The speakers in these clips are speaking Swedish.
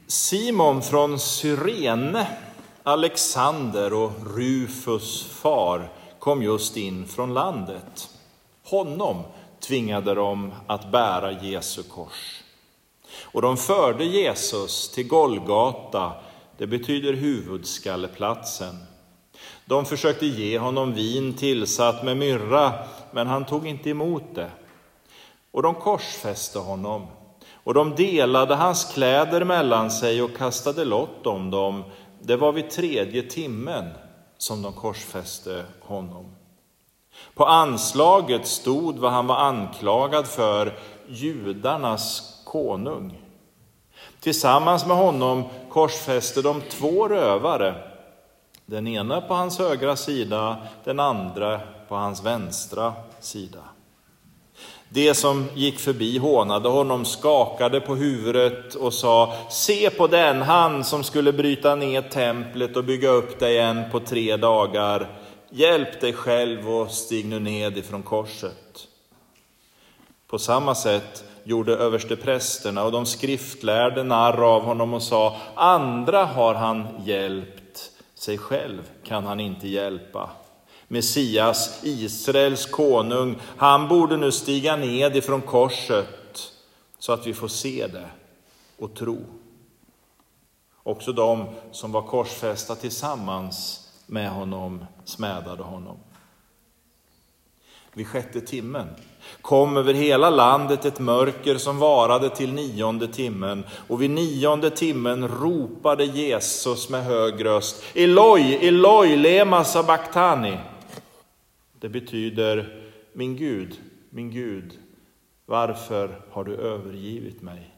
Simon från Cyrene, Alexander och Rufus far, kom just in från landet. Honom tvingade de att bära Jesu kors. Och de förde Jesus till Golgata, det betyder huvudskalleplatsen. De försökte ge honom vin tillsatt med myrra, men han tog inte emot det. Och de korsfäste honom. Och de delade hans kläder mellan sig och kastade lott om dem. Det var vid 3:e timmen som de korsfäste honom. På anslaget stod vad han var anklagad för, judarnas konung. Tillsammans med honom korsfäste de 2 rövare. Den ena på hans högra sida, den andra på hans vänstra sida. Det som gick förbi hånade honom, skakade på huvudet och sa: se på den, han som skulle bryta ner templet och bygga upp det igen på 3 dagar. Hjälp dig själv och stig nu ned ifrån korset. På samma sätt gjorde översteprästerna och de skriftlärde narr av honom och sa: andra har han hjälpt, sig själv kan han inte hjälpa. Messias, Israels konung, han borde nu stiga ned ifrån korset så att vi får se det och tro. Också de som var korsfästa tillsammans med honom smädade honom. Vid 6:e timmen kom över hela landet ett mörker som varade till 9:e timmen. Och vid 9:e timmen ropade Jesus med hög röst: Eloi, Eloi, lema sabachthani. Det betyder: min Gud, varför har du övergivit mig?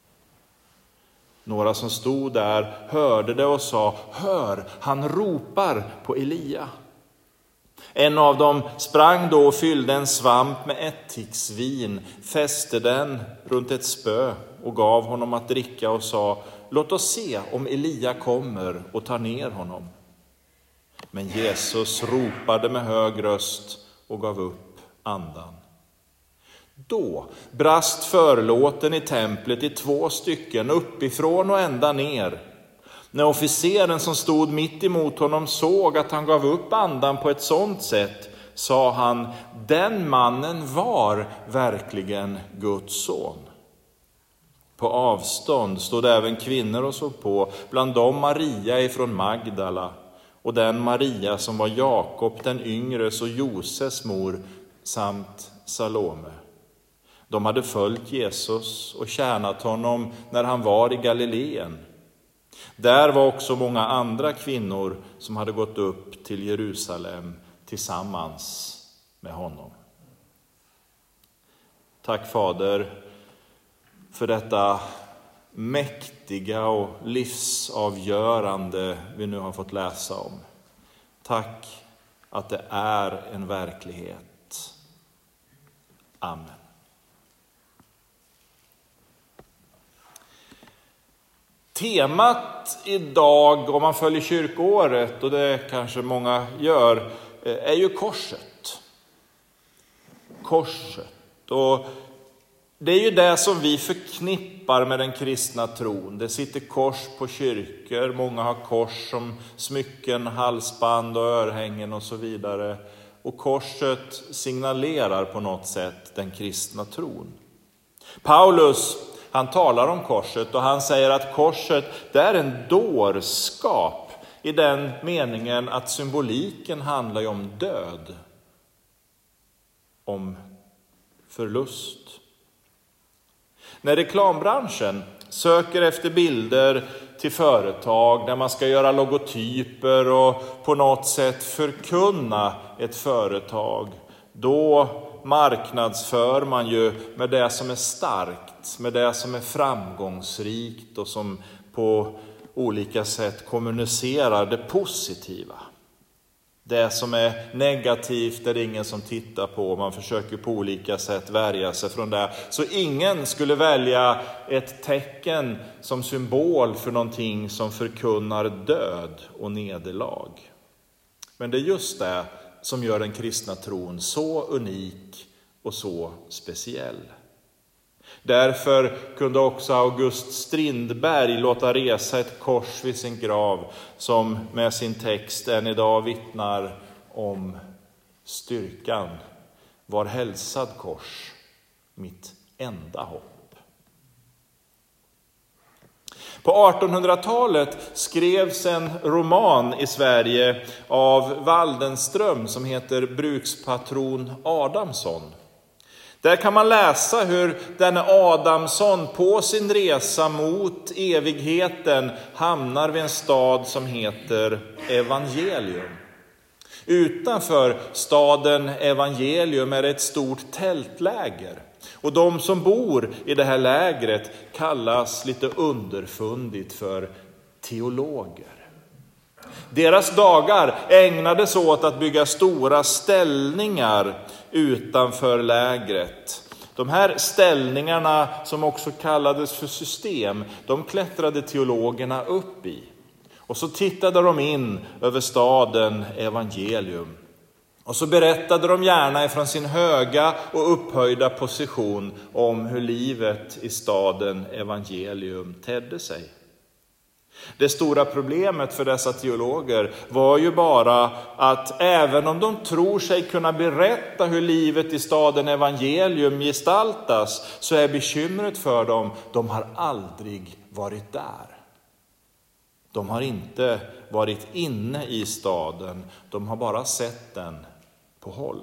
Några som stod där hörde det och sa: hör, han ropar på Elia. En av dem sprang då och fyllde en svamp med ättiksvin, fäste den runt ett spö och gav honom att dricka och sa: låt oss se om Elia kommer och tar ner honom. Men Jesus ropade med hög röst och gav upp andan. Då brast förlåten i templet i 2 stycken, uppifrån och ända ner. När officeren som stod mitt emot honom såg att han gav upp andan på ett sådant sätt, sa han: den mannen var verkligen Guds son. På avstånd stod även kvinnor och såg på, bland dem Maria ifrån Magdala och den Maria som var Jakob den yngres och Joses mor samt Salome. De hade följt Jesus och tjänat honom när han var i Galileen. Där var också många andra kvinnor som hade gått upp till Jerusalem tillsammans med honom. Tack Fader för detta mäktiga och livsavgörande vi nu har fått läsa om. Tack att det är en verklighet. Amen. Temat idag, om man följer kyrkoåret, och det kanske många gör, är ju korset. Korset. Och det är ju det som vi förknippar med den kristna tron. Det sitter kors på kyrkor. Många har kors som smycken, halsband och örhängen och så vidare. Och korset signalerar på något sätt den kristna tron. Paulus, han talar om korset och han säger att korset, det är en dårskap i den meningen att symboliken handlar ju om död, om förlust. När reklambranschen söker efter bilder till företag där man ska göra logotyper och på något sätt förkunna ett företag, då marknadsför man ju med det som är starkt, med det som är framgångsrikt och som på olika sätt kommunicerar det positiva. Det som är negativt är det ingen som tittar på. Man försöker på olika sätt värja sig från det. Så ingen skulle välja ett tecken som symbol för någonting som förkunnar död och nederlag. Men det är just det som gör den kristna tron så unik och så speciell. Därför kunde också August Strindberg låta resa ett kors vid sin grav som med sin text än idag vittnar om styrkan. Var hälsad kors, mitt enda hopp. På 1800-talet skrevs en roman i Sverige av Waldenström som heter Brukspatron Adamsson. Där kan man läsa hur denne Adamsson på sin resa mot evigheten hamnar vid en stad som heter Evangelium. Utanför staden Evangelium är det ett stort tältläger. Och de som bor i det här lägret kallas lite underfundigt för teologer. Deras dagar ägnades åt att bygga stora ställningar utanför lägret. De här ställningarna, som också kallades för system, de klättrade teologerna upp i. Och så tittade de in över staden Evangelium. Och så berättade de gärna ifrån sin höga och upphöjda position om hur livet i staden Evangelium tedde sig. Det stora problemet för dessa teologer var ju bara att även om de tror sig kunna berätta hur livet i staden Evangelium gestaltas, så är bekymret för dem, de har aldrig varit där. De har inte varit inne i staden, de har bara sett den på håll.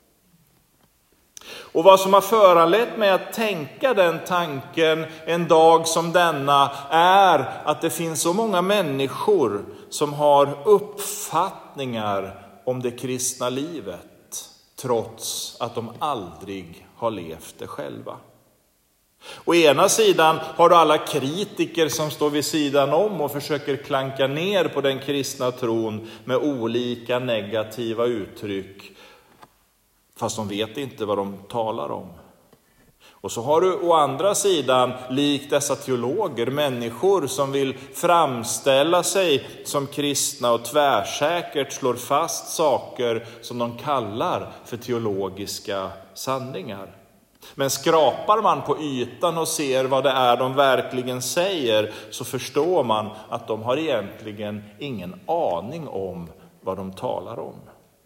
Och vad som har föranlett mig att tänka den tanken en dag som denna är att det finns så många människor som har uppfattningar om det kristna livet trots att de aldrig har levt det själva. Å ena sidan har du alla kritiker som står vid sidan om och försöker klanka ner på den kristna tron med olika negativa uttryck, fast de vet inte vad de talar om. Och så har du å andra sidan, likt dessa teologer, människor som vill framställa sig som kristna och tvärsäkert slår fast saker som de kallar för teologiska sanningar. Men skrapar man på ytan och ser vad det är de verkligen säger, så förstår man att de har egentligen ingen aning om vad de talar om.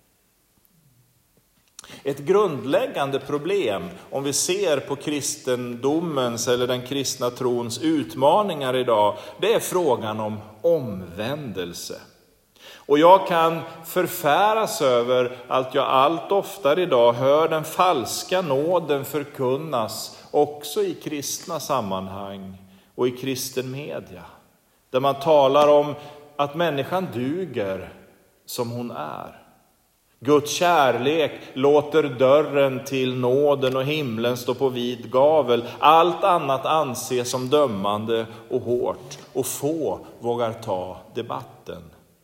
Ett grundläggande problem om vi ser på kristendomens eller den kristna trons utmaningar idag, det är frågan om omvändelse. Och jag kan förfäras över att jag allt oftare idag hör den falska nåden förkunnas också i kristna sammanhang och i kristen media. Där man talar om att människan duger som hon är. Guds kärlek låter dörren till nåden och himlen stå på vid gavel. Allt annat anses som dömande och hårt, och få vågar ta debatten.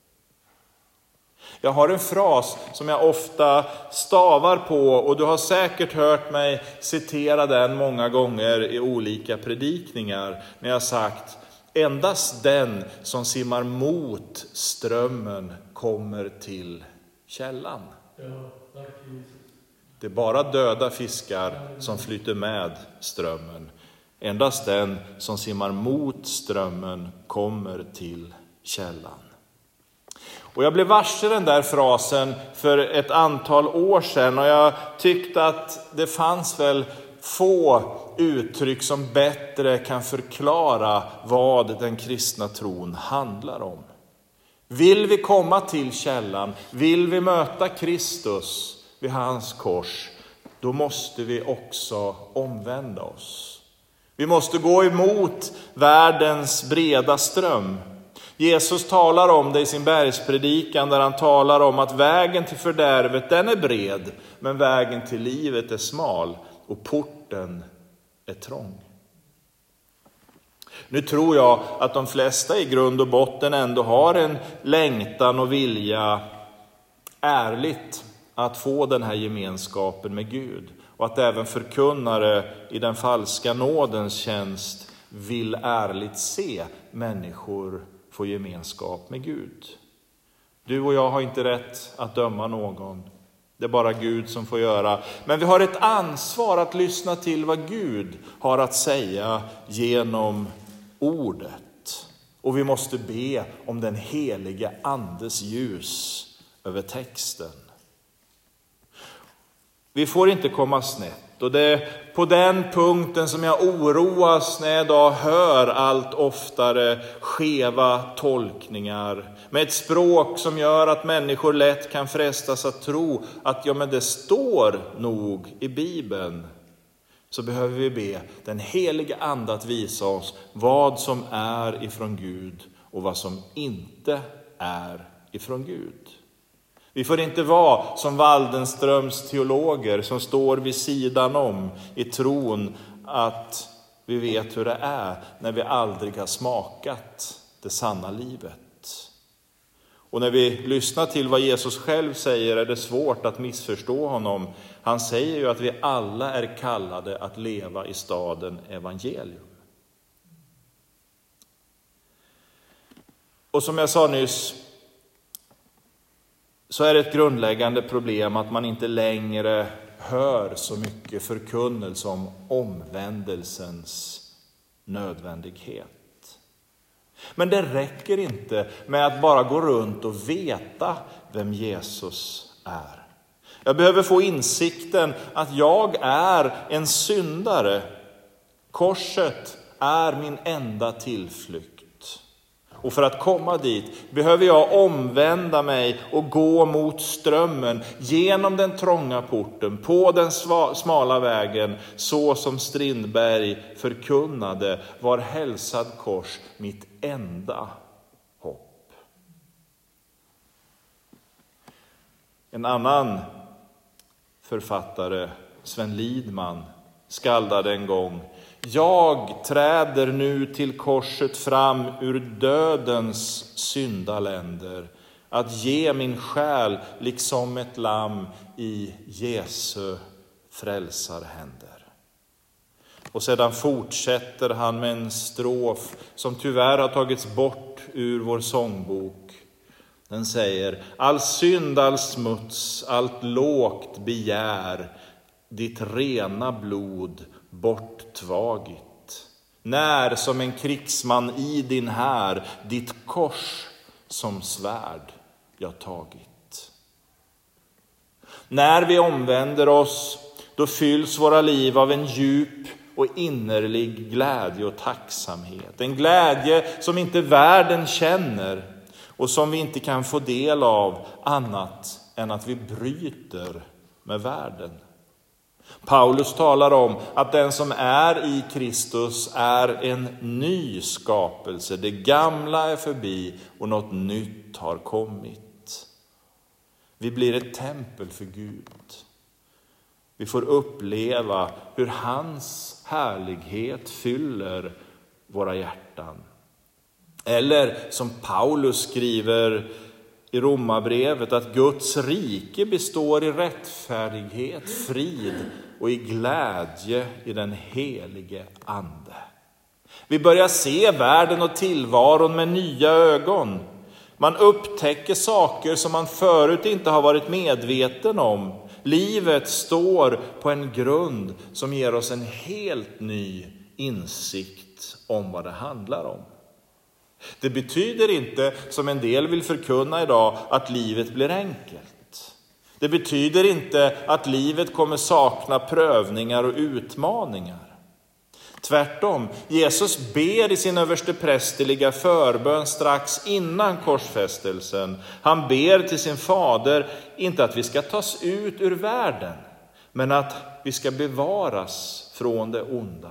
Jag har en fras som jag ofta stavar på, och du har säkert hört mig citera den många gånger i olika predikningar, när jag har sagt: endast den som simmar mot strömmen kommer till källan. Det är bara döda fiskar som flyter med strömmen. Endast den som simmar mot strömmen kommer till källan. Och jag blev varse den där frasen för ett antal år sedan, och jag tyckte att det fanns väl få uttryck som bättre kan förklara vad den kristna tron handlar om. Vill vi komma till källan, vill vi möta Kristus vid hans kors, då måste vi också omvända oss. Vi måste gå emot världens breda ström. Jesus talar om det i sin bergspredikan, där han talar om att vägen till fördärvet, den är bred, men vägen till livet är smal och porten är trång. Nu tror jag att de flesta i grund och botten ändå har en längtan och vilja ärligt att få den här gemenskapen med Gud. Och att även förkunnare i den falska nådens tjänst vill ärligt se människor få gemenskap med Gud. Du och jag har inte rätt att döma någon. Det är bara Gud som får göra. Men vi har ett ansvar att lyssna till vad Gud har att säga genom ordet. Och vi måste be om den heliga andes ljus över texten. Vi får inte komma snett. Och det är på den punkten som jag oroas när jag idag hör allt oftare skeva tolkningar. Med ett språk som gör att människor lätt kan frestas att tro att men det står nog i Bibeln. Så behöver vi be den heliga ande att visa oss vad som är ifrån Gud och vad som inte är ifrån Gud. Vi får inte vara som Waldenströms teologer som står vid sidan om i tron att vi vet hur det är när vi aldrig har smakat det sanna livet. Och när vi lyssnar till vad Jesus själv säger är det svårt att missförstå honom. Han säger ju att vi alla är kallade att leva i staden evangelium. Och som jag sa nyss, så är det ett grundläggande problem att man inte längre hör så mycket förkunnelse om omvändelsens nödvändighet. Men det räcker inte med att bara gå runt och veta vem Jesus är. Jag behöver få insikten att jag är en syndare. Korset är min enda tillflykt. Och för att komma dit behöver jag omvända mig och gå mot strömmen genom den trånga porten på den smala vägen, så som Strindberg förkunnade, var hälsad kors mitt enda hopp. En annan författare, Sven Lidman, skaldade en gång: jag träder nu till korset fram ur dödens syndaländer, att ge min själ liksom ett lamm i Jesu frälsarhänder. Och sedan fortsätter han med en strof som tyvärr har tagits bort ur vår sångbok. Den säger: all synd, all smuts, allt lågt begär, ditt rena blod borttvagit. När som en krigsman i din här, ditt kors som svärd jag tagit. När vi omvänder oss, då fylls våra liv av en djup och innerlig glädje och tacksamhet. En glädje som inte världen känner och som vi inte kan få del av annat än att vi bryter med världen. Paulus talar om att den som är i Kristus är en ny skapelse. Det gamla är förbi och något nytt har kommit. Vi blir ett tempel för Gud. Vi får uppleva hur hans härlighet fyller våra hjärtan. Eller som Paulus skriver i Romarbrevet, att Guds rike består i rättfärdighet, frid och i glädje i den helige ande. Vi börjar se världen och tillvaron med nya ögon. Man upptäcker saker som man förut inte har varit medveten om. Livet står på en grund som ger oss en helt ny insikt om vad det handlar om. Det betyder inte, som en del vill förkunna idag, att livet blir enkelt. Det betyder inte att livet kommer sakna prövningar och utmaningar. Tvärtom, Jesus ber i sin översteprästerliga förbön strax innan korsfästelsen. Han ber till sin fader, inte att vi ska tas ut ur världen, men att vi ska bevaras från det onda.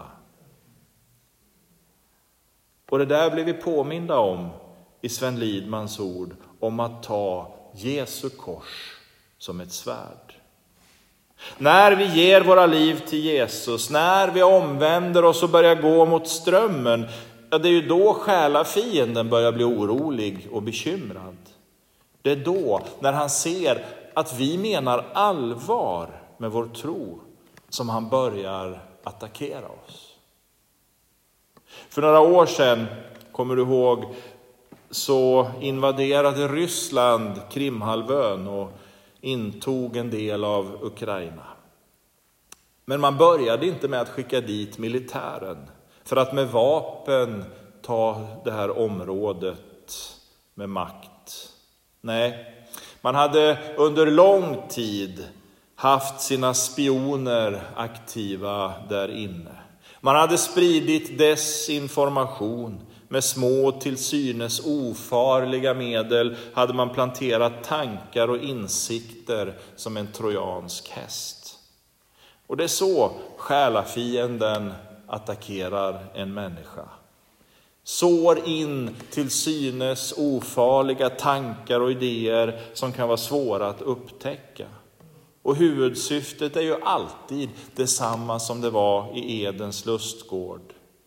Och det där blir vi påminda om i Sven Lidmans ord om att ta Jesu kors som ett svärd. När vi ger våra liv till Jesus, när vi omvänder oss och börjar gå mot strömmen, ja, det är ju då själafienden börjar bli orolig och bekymrad. Det är då, när han ser att vi menar allvar med vår tro, som han börjar attackera oss. För några år sedan, kommer du ihåg, så invaderade Ryssland Krimhalvön och intog en del av Ukraina. Men man började inte med att skicka dit militären för att med vapen ta det här området med makt. Nej, man hade under lång tid haft sina spioner aktiva där inne. Man hade spridit desinformation. Med små till synes ofarliga medel hade man planterat tankar och insikter som en trojansk häst. Och det är så själafienden attackerar en människa. Sår in till synes ofarliga tankar och idéer som kan vara svåra att upptäcka. Och huvudsyftet är ju alltid detsamma som det var i Edens lustgård.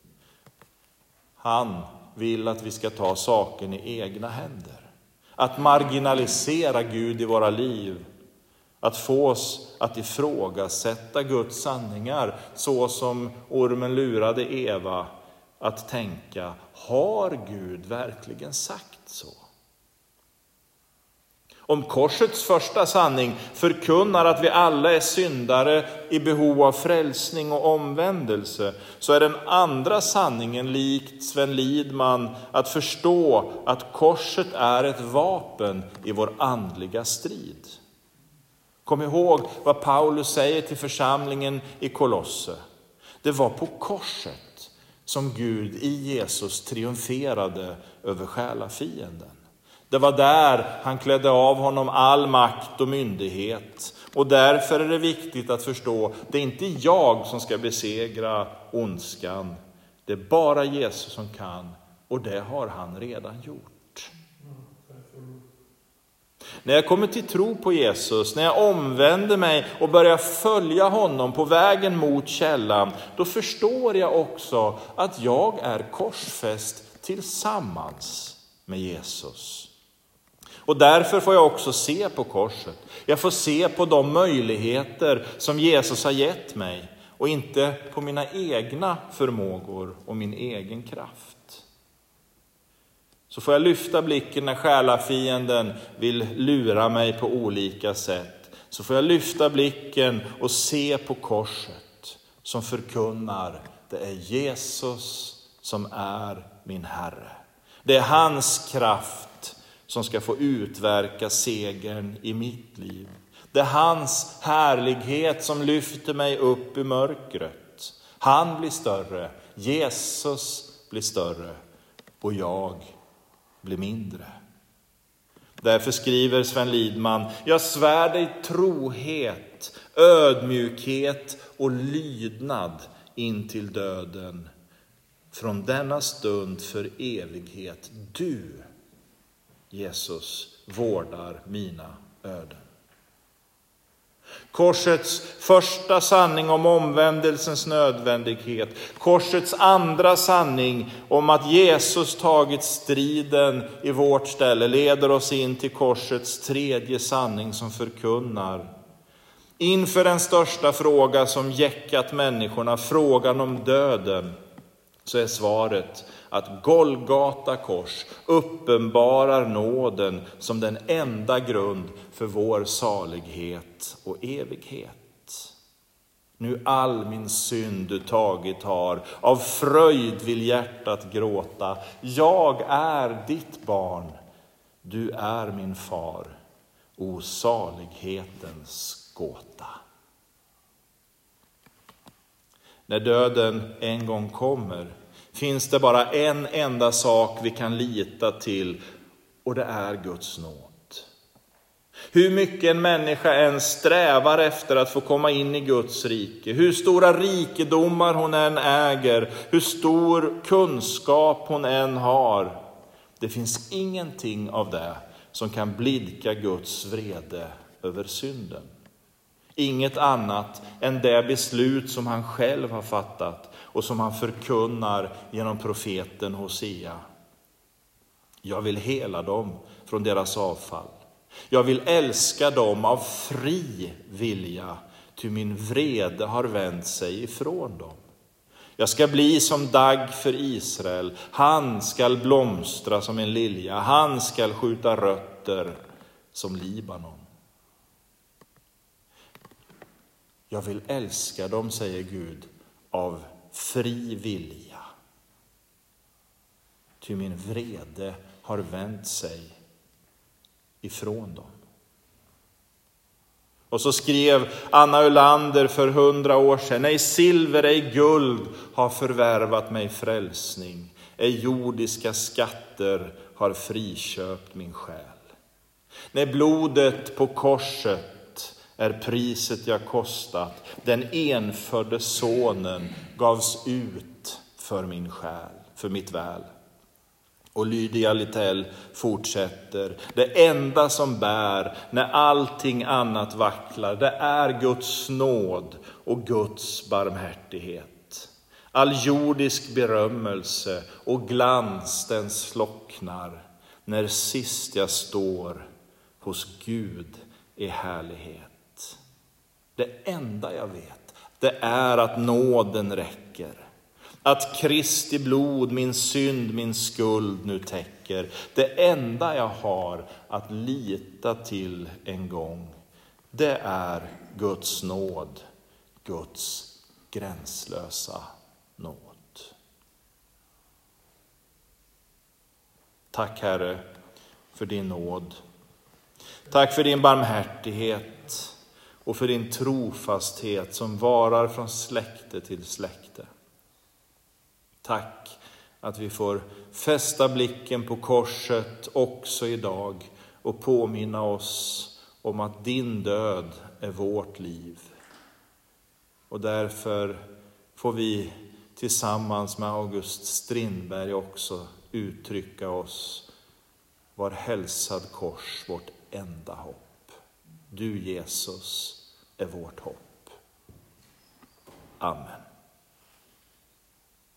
Han vill att vi ska ta saken i egna händer. Att marginalisera Gud i våra liv. Att få oss att ifrågasätta Guds sanningar, så som ormen lurade Eva att tänka: har Gud verkligen sagt så? Om korsets första sanning förkunnar att vi alla är syndare i behov av frälsning och omvändelse, så är den andra sanningen, likt Sven Lidman, att förstå att korset är ett vapen i vår andliga strid. Kom ihåg vad Paulus säger till församlingen i Kolosse. Det var på korset som Gud i Jesus triumferade över själafienden. Det var där han klädde av honom all makt och myndighet. Och därför är det viktigt att förstå, det är inte jag som ska besegra ondskan. Det är bara Jesus som kan, och det har han redan gjort. När jag kommer till tro på Jesus, när jag omvänder mig och börjar följa honom på vägen mot källan, då förstår jag också att jag är korsfäst tillsammans med Jesus. Och därför får jag också se på korset. Jag får se på de möjligheter som Jesus har gett mig, och inte på mina egna förmågor och min egen kraft. Så får jag lyfta blicken när själafienden vill lura mig på olika sätt. Så får jag lyfta blicken och se på korset som förkunnar: det är Jesus som är min Herre. Det är hans kraft som ska få utverka segern i mitt liv. Det är hans härlighet som lyfter mig upp i mörkret. Han blir större, Jesus blir större, och jag blir mindre. Därför skriver Sven Lidman: jag svär dig trohet, ödmjukhet och lydnad in till döden. Från denna stund för evighet, du, Jesus, vårdar mina öden. Korsets första sanning om omvändelsens nödvändighet. Korsets andra sanning om att Jesus tagit striden i vårt ställe leder oss in till korsets tredje sanning som förkunnar: inför den största fråga som jäckat människorna, frågan om döden, så är svaret att Golgata kors uppenbarar nåden som den enda grund för vår salighet och evighet. Nu all min synd du tagit har, av fröjd vill hjärtat gråta. Jag är ditt barn, du är min far, o salighetens gåta. När döden en gång kommer finns det bara en enda sak vi kan lita till, och det är Guds nåd. Hur mycket en människa än strävar efter att få komma in i Guds rike, hur stora rikedomar hon än äger, hur stor kunskap hon än har, det finns ingenting av det som kan blidka Guds vrede över synden. Inget annat än det beslut som han själv har fattat och som han förkunnar genom profeten Hosea. Jag vill hela dem från deras avfall. Jag vill älska dem av fri vilja, ty min vrede har vänt sig ifrån dem. Jag ska bli som dagg för Israel. Han skall blomstra som en lilja. Han skall skjuta rötter som Libanon. Jag vill älska dem, säger Gud, av fri vilja. Ty min vrede har vänt sig ifrån dem. Och så skrev Anna Ölander för 100 år sedan: nej, silver, ej guld har förvärvat mig frälsning. Ej jordiska skatter har friköpt min själ. När blodet på korset är priset jag kostat, den enfödde sonen gavs ut för min själ, för mitt väl. Och Lydia Littell fortsätter: det enda som bär när allting annat vacklar, det är Guds nåd och Guds barmhärtighet. All jordisk berömmelse och glans den slocknar när sist jag står hos Gud i härlighet. Det enda jag vet, det är att nåden räcker. Att Kristi blod min synd, min skuld nu täcker. Det enda jag har att lita till en gång, det är Guds nåd, Guds gränslösa nåd. Tack, Herre, för din nåd. Tack för din barmhärtighet och för din trofasthet som varar från släkte till släkte. Tack att vi får fästa blicken på korset också idag och påminna oss om att din död är vårt liv. Och därför får vi tillsammans med August Strindberg också uttrycka oss: var hälsad kors, vårt enda hopp. Du, Jesus, är vårt hopp. Amen.